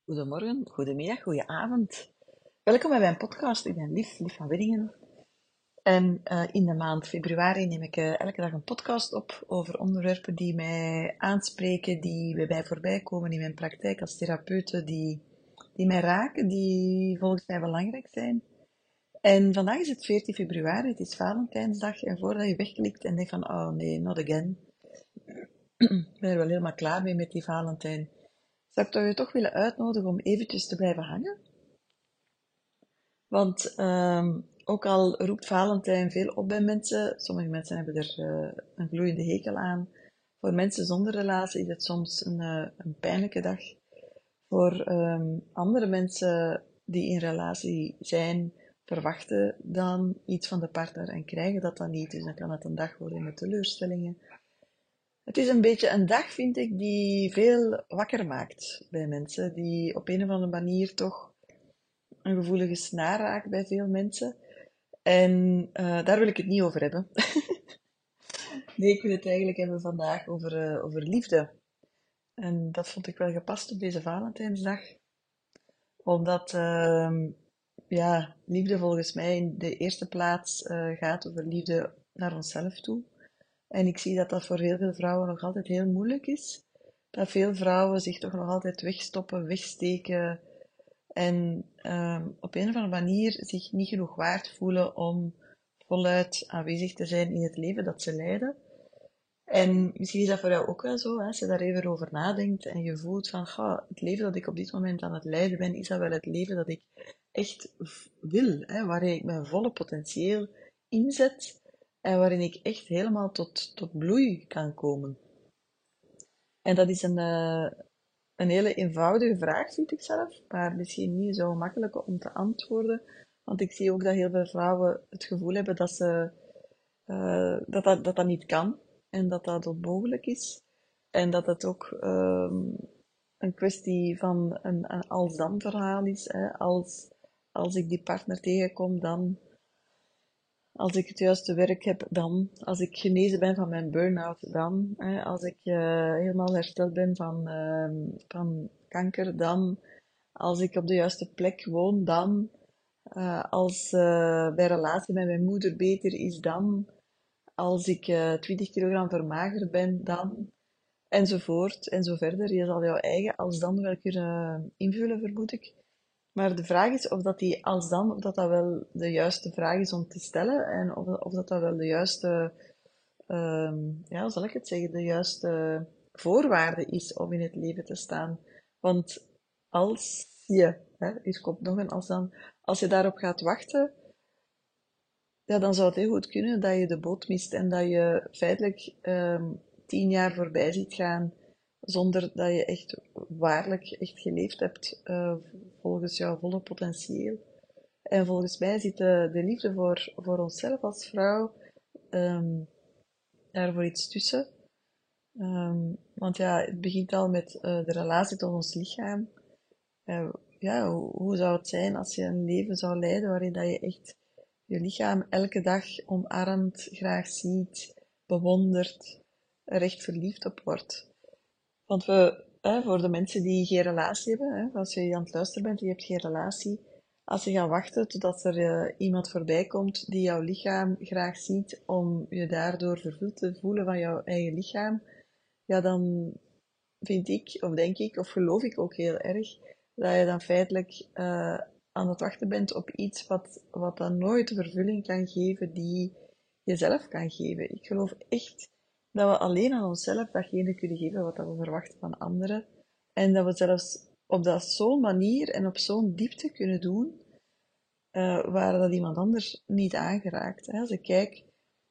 Goedemorgen, goedemiddag, goedenavond. Welkom bij mijn podcast. Ik ben Lief van Wieringen. En in de maand februari neem ik elke dag een podcast op over onderwerpen die mij aanspreken, die bij mij voorbij komen in mijn praktijk als therapeute, die mij raken, die volgens mij belangrijk zijn. En vandaag is het 14 februari, het is Valentijnsdag. En voordat je wegklikt en denkt van, oh nee, not again, ik ben er wel helemaal klaar mee met die Valentijn, zou ik je toch willen uitnodigen om eventjes te blijven hangen. Want ook al roept Valentijn veel op bij mensen, sommige mensen hebben er een gloeiende hekel aan. Voor mensen zonder relatie is het soms een pijnlijke dag. Voor andere mensen die in relatie zijn, verwachten dan iets van de partner en krijgen dat dan niet. Dus dan kan het een dag worden met teleurstellingen. Het is een beetje een dag, vind ik, die veel wakker maakt bij mensen, die op een of andere manier toch een gevoelige snaar raakt bij veel mensen. En daar wil ik het niet over hebben. Nee, ik wil het eigenlijk hebben vandaag over liefde. En dat vond ik wel gepast op deze Valentijnsdag. Omdat ja, liefde volgens mij in de eerste plaats gaat over liefde naar onszelf toe. En ik zie dat dat voor heel veel vrouwen nog altijd heel moeilijk is. Dat veel vrouwen zich toch nog altijd wegstoppen, wegsteken. En op een of andere manier zich niet genoeg waard voelen om voluit aanwezig te zijn in het leven dat ze leiden. En misschien is dat voor jou ook wel zo, hè, als je daar even over nadenkt en je voelt van, het leven dat ik op dit moment aan het leiden ben, is dat wel het leven dat ik echt wil, hè, waarin ik mijn volle potentieel inzet en waarin ik echt helemaal tot bloei kan komen. En dat is een hele eenvoudige vraag, vind ik zelf, maar misschien niet zo makkelijk om te antwoorden. Want ik zie ook dat heel veel vrouwen het gevoel hebben dat dat niet kan en dat dat onmogelijk is. En dat het ook een kwestie van een als-dan verhaal is. Hè. Als ik die partner tegenkom, dan. Als ik het juiste werk heb, dan. Als ik genezen ben van mijn burn-out, dan. Als ik helemaal hersteld ben van kanker, dan. Als ik op de juiste plek woon, dan. Als mijn relatie met mijn moeder beter is, dan. Als ik 20 kilogram vermagerd ben, dan. Enzovoort, en zo verder. Je zal jouw eigen als dan wel kunnen invullen, vermoed ik. Maar de vraag is of dat die als dan, of dat wel de juiste vraag is om te stellen en of dat wel de juiste, ja, hoe zal ik het zeggen, de juiste voorwaarde is om in het leven te staan. Want als je, hè, hier komt nog een als dan, als je daarop gaat wachten, ja, dan zou het heel goed kunnen dat je de boot mist en dat je feitelijk 10 jaar voorbij ziet gaan zonder dat je echt waarlijk echt geleefd hebt volgens jouw volle potentieel. En volgens mij zit de liefde voor onszelf als vrouw daar voor iets tussen. Want ja, het begint al met de relatie tot ons lichaam. Ja, hoe zou het zijn als je een leven zou leiden waarin dat je echt je lichaam elke dag omarmt, graag ziet, bewondert, er echt verliefd op wordt? Want voor de mensen die geen relatie hebben, als je aan het luisteren bent en je hebt geen relatie, als je gaat wachten totdat er iemand voorbij komt die jouw lichaam graag ziet, om je daardoor vervuld te voelen van jouw eigen lichaam, ja, dan vind ik, of denk ik, of geloof ik ook heel erg, dat je dan feitelijk aan het wachten bent op iets wat dan nooit de vervulling kan geven die je zelf kan geven. Ik geloof echt dat we alleen aan onszelf datgene kunnen geven wat we verwachten van anderen. En dat we zelfs op dat zo'n manier en op zo'n diepte kunnen doen, waar dat iemand anders niet aangeraakt. Als ik kijk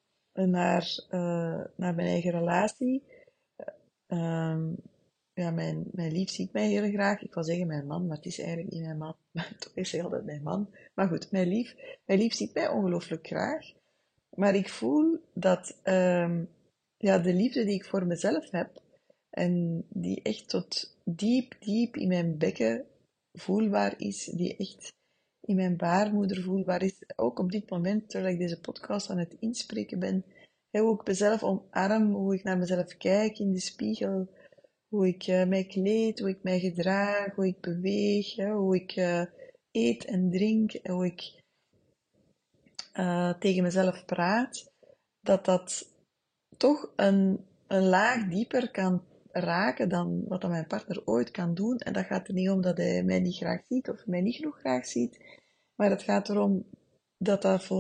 naar mijn eigen relatie, ehm, ja, mijn lief ziet mij heel graag. Ik wil zeggen mijn man, maar het is eigenlijk niet mijn man. Maar toch is hij altijd mijn man. Maar goed, mijn lief ziet mij ongelooflijk graag. Maar ik voel dat ja, de liefde die ik voor mezelf heb, en die echt tot diep, diep in mijn bekken voelbaar is, die echt in mijn baarmoeder voelbaar is, ook op dit moment, terwijl ik deze podcast aan het inspreken ben, hoe ik mezelf omarm, hoe ik naar mezelf kijk in de spiegel, hoe ik mij kleed, hoe ik mij gedraag, hoe ik beweeg, hè, hoe ik eet en drink, en hoe ik tegen mezelf praat, dat dat toch een laag dieper kan raken dan wat dat mijn partner ooit kan doen. En dat gaat er niet om dat hij mij niet graag ziet of mij niet genoeg graag ziet, maar het gaat erom dat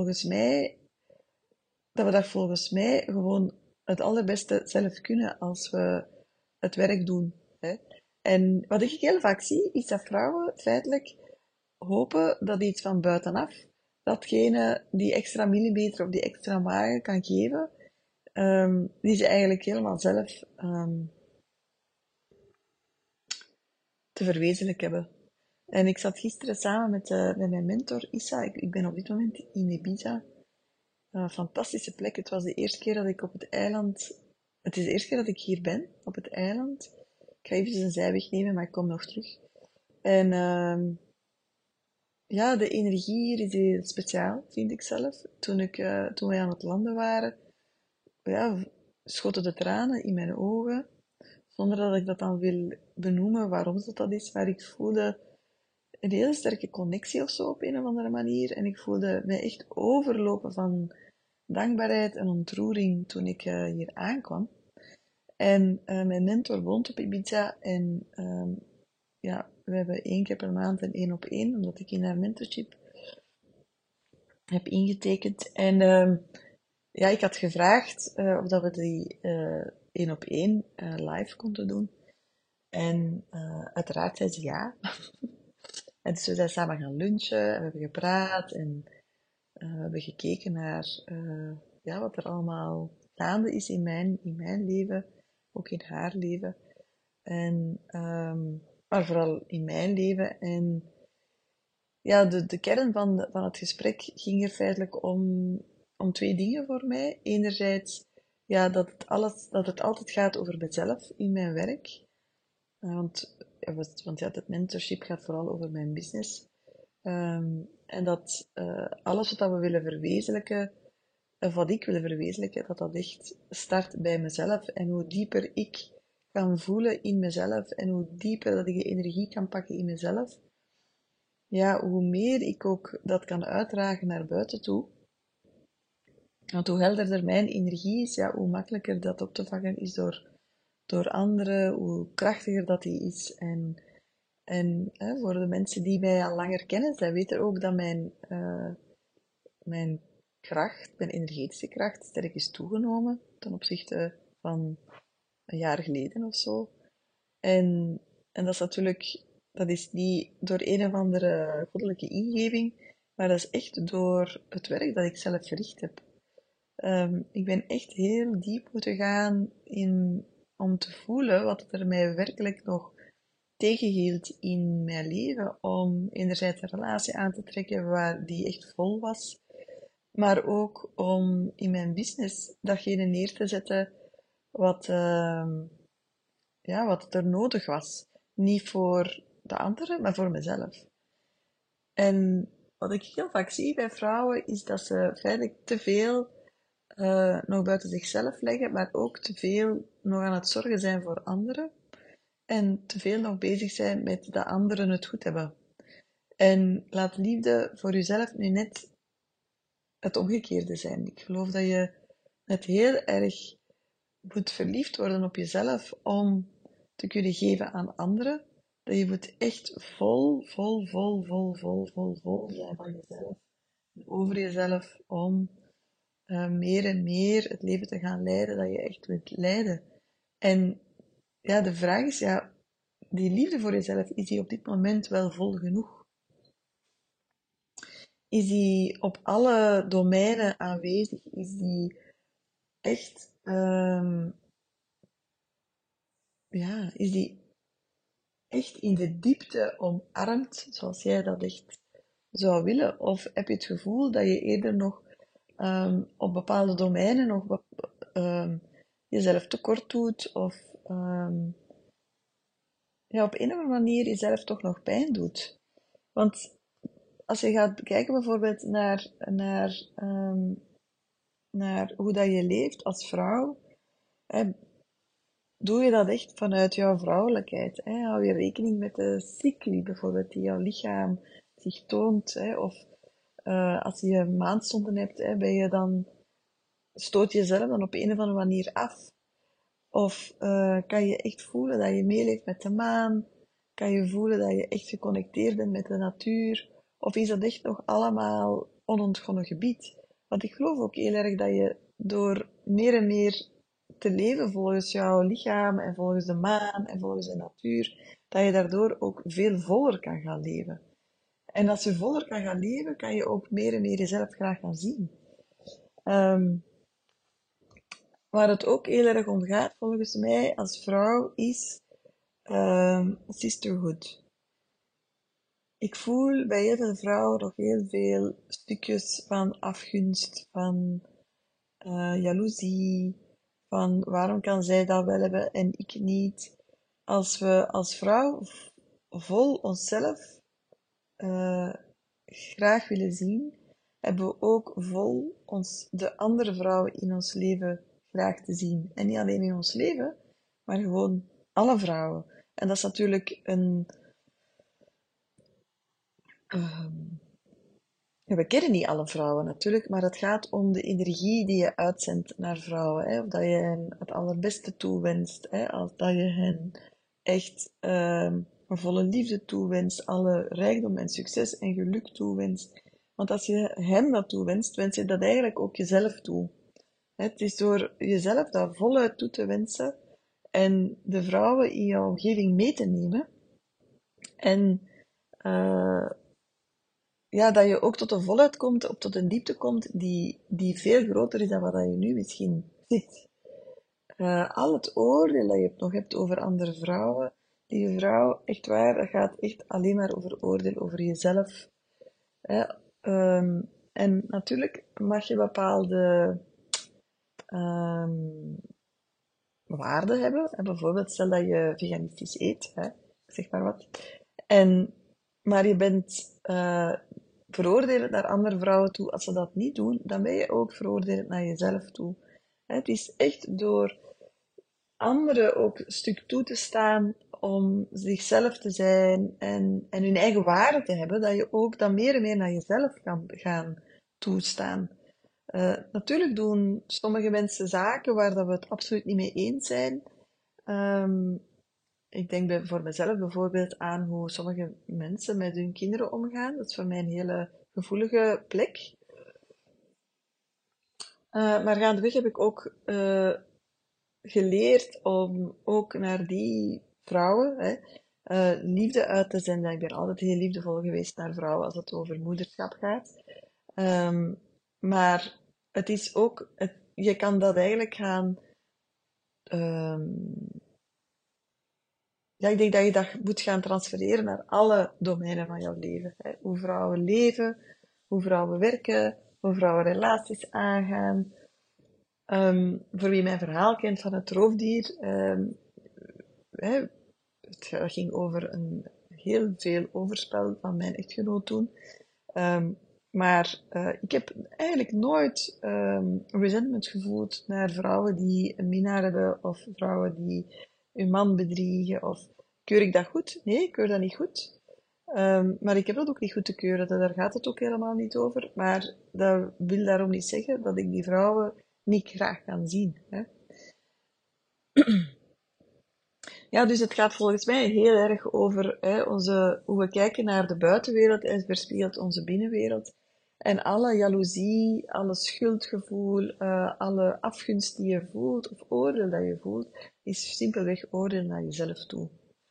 dat we dat volgens mij gewoon het allerbeste zelf kunnen als we het werk doen. Hè. En wat ik heel vaak zie, is dat vrouwen feitelijk hopen dat iets van buitenaf datgene, die extra millimeter of die extra magen kan geven, die ze eigenlijk helemaal zelf te verwezenlijken hebben. En ik zat gisteren samen met mijn mentor Issa. Ik ben op dit moment in Ibiza. Een fantastische plek. Het was de eerste keer dat ik op het eiland... Het is de eerste keer dat ik hier ben, op het eiland. Ik ga even een zijweg nemen, maar ik kom nog terug. En ja, de energie hier is heel speciaal, vind ik zelf. Toen wij aan het landen waren, ja, schoten de tranen in mijn ogen. Zonder dat ik dat dan wil benoemen waarom dat is. Maar ik voelde een hele sterke connectie of zo op een of andere manier. En ik voelde mij echt overlopen van dankbaarheid en ontroering toen ik hier aankwam. En mijn mentor woont op Ibiza en ja, we hebben 1 keer per maand een 1-op-1, omdat ik in haar mentorship heb ingetekend. En ja, ik had gevraagd of dat we die 1-op-1 live konden doen. En uiteraard zei ze ja. En dus we zijn samen gaan lunchen en we hebben gepraat en we hebben gekeken naar ja, wat er allemaal gaande is in mijn leven, ook in haar leven. En, maar vooral in mijn leven. En ja, de kern van het gesprek ging er feitelijk om 2 dingen voor mij. Enerzijds ja, dat het altijd gaat over mezelf in mijn werk. Want ja, het mentorship gaat vooral over mijn business. En dat alles wat we willen verwezenlijken, of wat ik wil verwezenlijken, dat dat echt start bij mezelf. En hoe dieper ik kan voelen in mezelf en hoe dieper dat ik de energie kan pakken in mezelf, ja, hoe meer ik ook dat kan uitdragen naar buiten toe. Want hoe helderder mijn energie is, ja, hoe makkelijker dat op te vangen is door anderen, hoe krachtiger dat die is. En hè, voor de mensen die mij al langer kennen, zij weten ook dat mijn kracht, mijn energetische kracht, sterk is toegenomen ten opzichte van een jaar geleden of zo. En dat is natuurlijk, dat is niet door een of andere goddelijke ingeving, maar dat is echt door het werk dat ik zelf verricht heb. Ik ben echt heel diep moeten gaan om te voelen wat er mij werkelijk nog tegenhield in mijn leven. Om enerzijds een relatie aan te trekken waar die echt vol was, maar ook om in mijn business datgene neer te zetten wat, ja, wat er nodig was. Niet voor de anderen, maar voor mezelf. En wat ik heel vaak zie bij vrouwen, is dat ze feitelijk te veel nog buiten zichzelf leggen, maar ook te veel nog aan het zorgen zijn voor anderen. En te veel nog bezig zijn met dat anderen het goed hebben. En laat liefde voor jezelf nu net het omgekeerde zijn. Ik geloof dat je net heel erg moet verliefd worden op jezelf om te kunnen geven aan anderen. Dat je moet echt vol zijn van jezelf. Over jezelf om meer en meer het leven te gaan leiden dat je echt wilt leiden. En ja, de vraag is, ja, die liefde voor jezelf, is die op dit moment wel vol genoeg? Is die op alle domeinen aanwezig? Is die echt, ja, is die echt in de diepte omarmd, zoals jij dat echt zou willen? Of heb je het gevoel dat je eerder nog op bepaalde domeinen nog jezelf tekort doet, of ja, op een of andere manier jezelf toch nog pijn doet? Want als je gaat kijken bijvoorbeeld naar hoe dat je leeft als vrouw, hè, doe je dat echt vanuit jouw vrouwelijkheid. Hè? Hou je rekening met de cycli bijvoorbeeld die jouw lichaam zich toont. Hè? Of als je maandstonden hebt, hè, stoot je jezelf dan op een of andere manier af. Of kan je echt voelen dat je meeleeft met de maan? Kan je voelen dat je echt geconnecteerd bent met de natuur? Of is dat echt nog allemaal onontgonnen gebied? Want ik geloof ook heel erg dat je door meer en meer te leven volgens jouw lichaam en volgens de maan en volgens de natuur, dat je daardoor ook veel voller kan gaan leven. En als je voller kan gaan leven, kan je ook meer en meer jezelf graag gaan zien. Ehm, waar het ook heel erg om gaat, volgens mij, als vrouw, is sisterhood. Ik voel bij heel veel vrouwen nog heel veel stukjes van afgunst, van jaloezie, van waarom kan zij dat wel hebben en ik niet. Als we als vrouw vol onszelf eh, graag willen zien, hebben we ook vol de andere vrouwen in ons leven graag te zien. En niet alleen in ons leven, maar gewoon alle vrouwen. En dat is natuurlijk ehm, ja, we kennen niet alle vrouwen natuurlijk, maar het gaat om de energie die je uitzendt naar vrouwen. Hè? Of dat je hen het allerbeste toewenst. Hè? Als dat je hen echt een volle liefde toewenst, alle rijkdom en succes en geluk toewenst. Want als je hen dat toewenst, wens je dat eigenlijk ook jezelf toe. Het is door jezelf dat voluit toe te wensen en de vrouwen in jouw omgeving mee te nemen. En uh, ja, dat je ook tot een voluit komt, op tot een diepte komt die veel groter is dan wat je nu misschien ziet. Al het oordeel dat je nog hebt over andere vrouwen, die vrouw, echt waar, dat gaat echt alleen maar over oordeel over jezelf. Hè? En natuurlijk mag je bepaalde ehm, waarden hebben. En bijvoorbeeld, stel dat je veganistisch eet, hè, zeg maar wat. En, maar je bent veroordelend naar andere vrouwen toe. Als ze dat niet doen, dan ben je ook veroordelend naar jezelf toe. Het is echt door anderen ook een stuk toe te staan om zichzelf te zijn en hun eigen waarde te hebben, dat je ook dan meer en meer naar jezelf kan gaan toestaan. Natuurlijk doen sommige mensen zaken waar dat we het absoluut niet mee eens zijn. Ehm, ik denk voor mezelf bijvoorbeeld aan hoe sommige mensen met hun kinderen omgaan. Dat is voor mij een hele gevoelige plek. Maar gaandeweg heb ik ook geleerd om ook naar die vrouwen hè, liefde uit te zenden. Ik ben altijd heel liefdevol geweest naar vrouwen als het over moederschap gaat. Ehm, maar het is ook, je kan dat eigenlijk gaan. ehm, ja, ik denk dat je dat moet gaan transfereren naar alle domeinen van jouw leven. Hè. Hoe vrouwen leven, hoe vrouwen werken, hoe vrouwen relaties aangaan. Voor wie mijn verhaal kent van het roofdier, hè, het ging over een heel veel overspel van mijn echtgenoot toen. Ehm, maar ik heb eigenlijk nooit resentment gevoeld naar vrouwen die een minnaar hebben of vrouwen die hun man bedriegen. Of keur ik dat goed? Nee, ik keur dat niet goed. Maar ik heb dat ook niet goed te keuren, daar gaat het ook helemaal niet over. Maar dat wil daarom niet zeggen dat ik die vrouwen niet graag kan zien. Hè? Ja, dus het gaat volgens mij heel erg over hè, hoe we kijken naar de buitenwereld en weerspiegelt onze binnenwereld. En alle jaloezie, alle schuldgevoel, alle afgunst die je voelt, of oordeel dat je voelt, is simpelweg oordeel naar jezelf toe.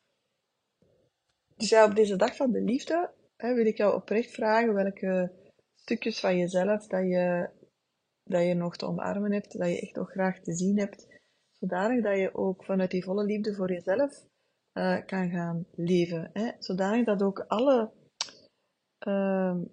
Dus ja, op deze dag van de liefde hè, wil ik jou oprecht vragen welke stukjes van jezelf dat je nog te omarmen hebt, dat je echt nog graag te zien hebt, zodanig dat je ook vanuit die volle liefde voor jezelf kan gaan leven. Hè? Zodanig dat ook ehm,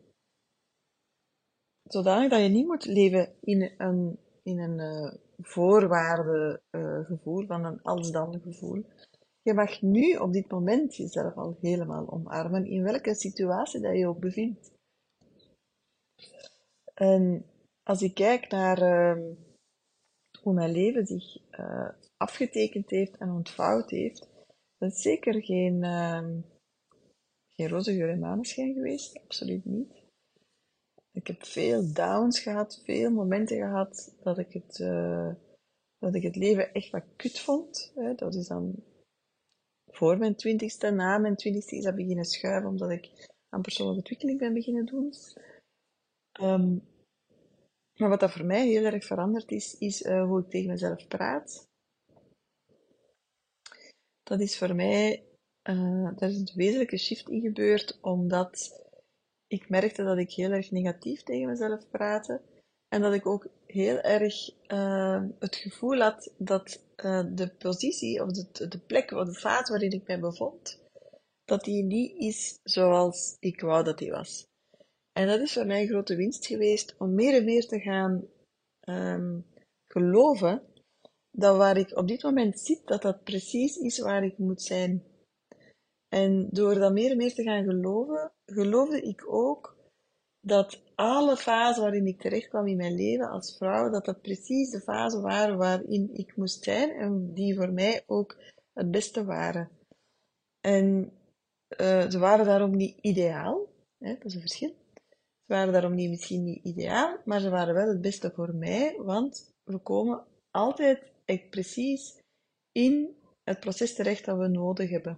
zodanig dat je niet moet leven in een voorwaarde gevoel, van een als-dan gevoel. Je mag nu op dit moment jezelf al helemaal omarmen, in welke situatie dat je ook bevindt. En als ik kijk naar hoe mijn leven zich afgetekend heeft en ontvouwd heeft, dat is zeker geen roze geur en maneschijn geweest, absoluut niet. Ik heb veel downs gehad, veel momenten gehad dat ik het leven echt wat kut vond. Hè. Dat is dan voor mijn 20ste, na mijn 20ste is dat beginnen schuiven, omdat ik aan persoonlijke ontwikkeling ben beginnen doen. Ehm, maar wat dat voor mij heel erg veranderd is hoe ik tegen mezelf praat. Dat is voor mij, daar is een wezenlijke shift in gebeurd, omdat ik merkte dat ik heel erg negatief tegen mezelf praatte. En dat ik ook heel erg het gevoel had dat de positie of de plek of de fase waarin ik mij bevond, dat die niet is zoals ik wou dat die was. En dat is voor mij een grote winst geweest om meer en meer te gaan geloven dat waar ik op dit moment zit, dat dat precies is waar ik moet zijn. En door dat meer en meer te gaan geloven, geloofde ik ook dat alle fasen waarin ik terecht kwam in mijn leven als vrouw, dat dat precies de fasen waren waarin ik moest zijn en die voor mij ook het beste waren. En ze waren daarom niet ideaal, hè, dat is een verschil. Ze waren daarom misschien niet ideaal, maar ze waren wel het beste voor mij, want we komen altijd echt precies in het proces terecht dat we nodig hebben.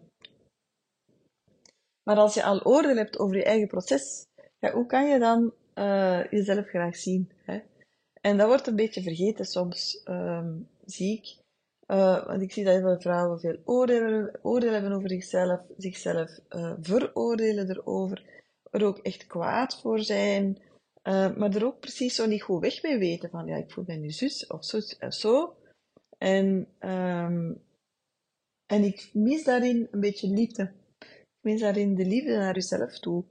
Maar als je al oordeel hebt over je eigen proces, ja, hoe kan je dan jezelf graag zien? Hè? En dat wordt een beetje vergeten soms, zie ik. Want ik zie dat heel veel vrouwen veel oordeel hebben over zichzelf veroordelen erover, er ook echt kwaad voor zijn, maar er ook precies zo niet goed weg mee weten van, ja, ik voel mij nu zus of zo. En ik mis daarin een beetje liefde. Ik mis daarin de liefde naar jezelf toe.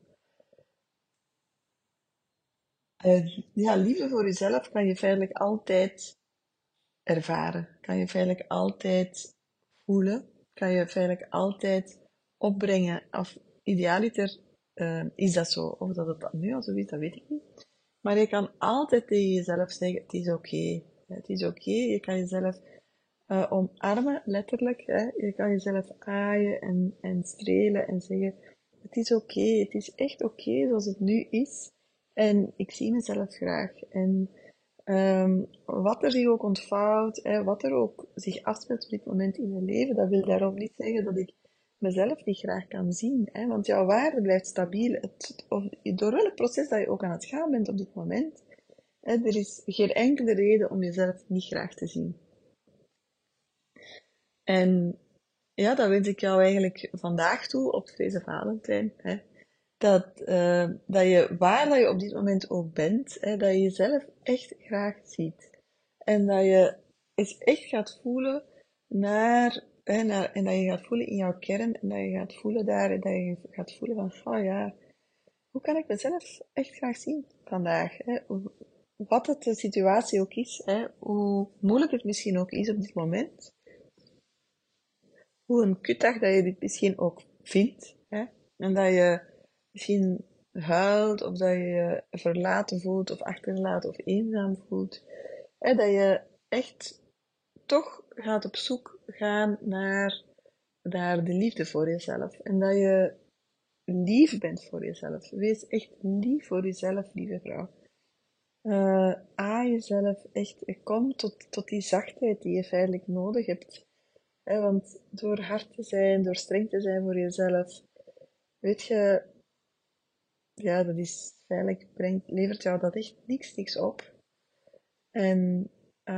Ja, liefde voor jezelf kan je feitelijk altijd ervaren. Kan je feitelijk altijd voelen. Kan je feitelijk altijd opbrengen. Of idealiter is dat zo. Of dat het nu al zo is, dat weet ik niet. Maar je kan altijd tegen jezelf zeggen, het is oké. Het is oké. Je kan jezelf omarmen, letterlijk. Hè. Je kan jezelf aaien en strelen en zeggen, het is oké. Het is echt oké zoals het nu is. En ik zie mezelf graag. En wat er zich ook ontvouwt, wat er ook zich afspeelt op dit moment in mijn leven, dat wil daarom niet zeggen dat ik mezelf niet graag kan zien. Hè, want jouw waarde blijft stabiel. Door welk proces dat je ook aan het gaan bent op dit moment, hè, er is geen enkele reden om jezelf niet graag te zien. En ja, dat wens ik jou eigenlijk vandaag toe op deze Valentijn. Hè, dat je, waar dat je op dit moment ook bent, hè, dat je jezelf echt graag ziet. En dat je eens echt gaat voelen en dat je gaat voelen in jouw kern, en dat je gaat voelen daar, en dat je gaat voelen van, oh ja, hoe kan ik mezelf echt graag zien vandaag? Hè? Wat het de situatie ook is, hè? Hoe moeilijk het misschien ook is op dit moment, hoe een kutdag dat je dit misschien ook vindt, hè? En dat je misschien huilt, of dat je je verlaten voelt, of achterlaten, of eenzaam voelt. Hè? Dat je echt toch gaat op zoek gaan naar de liefde voor jezelf. En dat je lief bent voor jezelf. Wees echt lief voor jezelf, lieve vrouw. Jezelf echt, kom tot die zachtheid die je feitelijk nodig hebt. Want door hard te zijn, door streng te zijn voor jezelf, weet je, ja, dat is feitelijk, levert jou dat echt niks op. En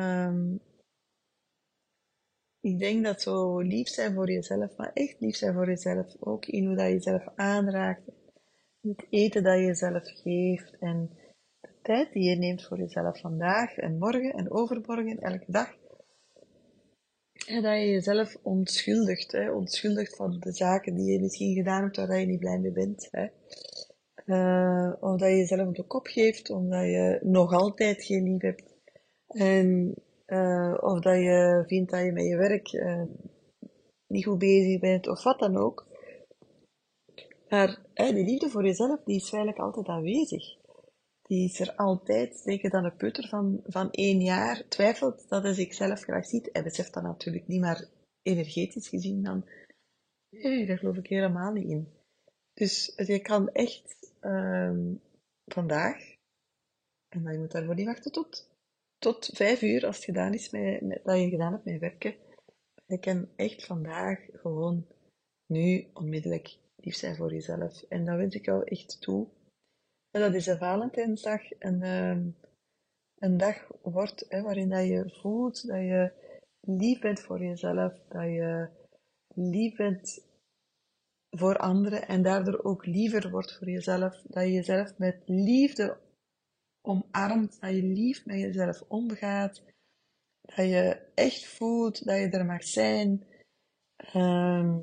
ik denk dat zo lief zijn voor jezelf, maar echt lief zijn voor jezelf, ook in hoe dat je jezelf aanraakt, het eten dat je jezelf geeft en de tijd die je neemt voor jezelf vandaag en morgen en overmorgen en elke dag. En dat je jezelf onschuldigt, onschuldigt van de zaken die je misschien gedaan hebt waar je niet blij mee bent. Of dat je jezelf op de kop geeft, omdat je nog altijd geen lief hebt. En, of dat je vindt dat je met je werk niet goed bezig bent, of wat dan ook. Maar die liefde voor jezelf, die is feitelijk altijd aanwezig. die is er altijd. Zeker dan een peuter van 1 jaar twijfelt dat hij zichzelf graag ziet. Hij beseft dat natuurlijk niet, maar energetisch gezien dan, nee, daar geloof ik helemaal niet in. Dus je kan echt vandaag, en dan je moet daarvoor niet wachten tot 5 uur als het gedaan is dat je gedaan hebt met werken. Je kan echt vandaag gewoon nu onmiddellijk lief zijn voor jezelf. En dat wens ik jou echt toe. En dat is een Valentijnsdag, een dag wordt waarin dat je voelt dat je lief bent voor jezelf, dat je lief bent voor anderen en daardoor ook liever wordt voor jezelf, dat je jezelf met liefde omarmt, dat je lief met jezelf omgaat, dat je echt voelt dat je er mag zijn. Ehm,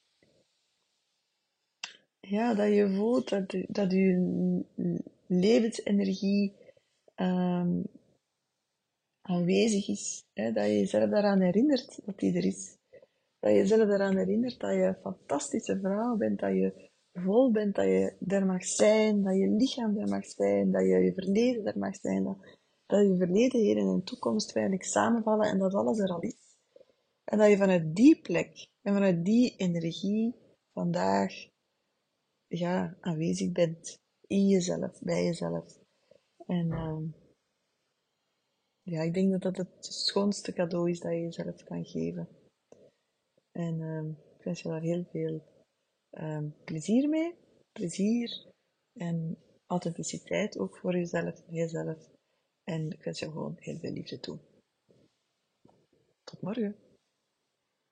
ja, dat je voelt dat je levensenergie ehm, aanwezig is. Hè? Dat je jezelf daaraan herinnert dat die er is. Dat je jezelf daaraan herinnert dat je een fantastische vrouw bent, dat je vol bent, dat je er mag zijn, dat je lichaam er mag zijn, dat je je verleden er mag zijn, dat je verleden, heden en toekomst feitelijk samenvallen en dat alles er al is. En dat je vanuit die plek en vanuit die energie vandaag ja, aanwezig bent in jezelf, bij jezelf. En ja, ik denk dat dat het schoonste cadeau is dat je jezelf kan geven. En ik wens je daar heel veel plezier mee. Plezier en authenticiteit ook voor jezelf en jezelf. En ik wens je gewoon heel veel liefde toe. Tot morgen.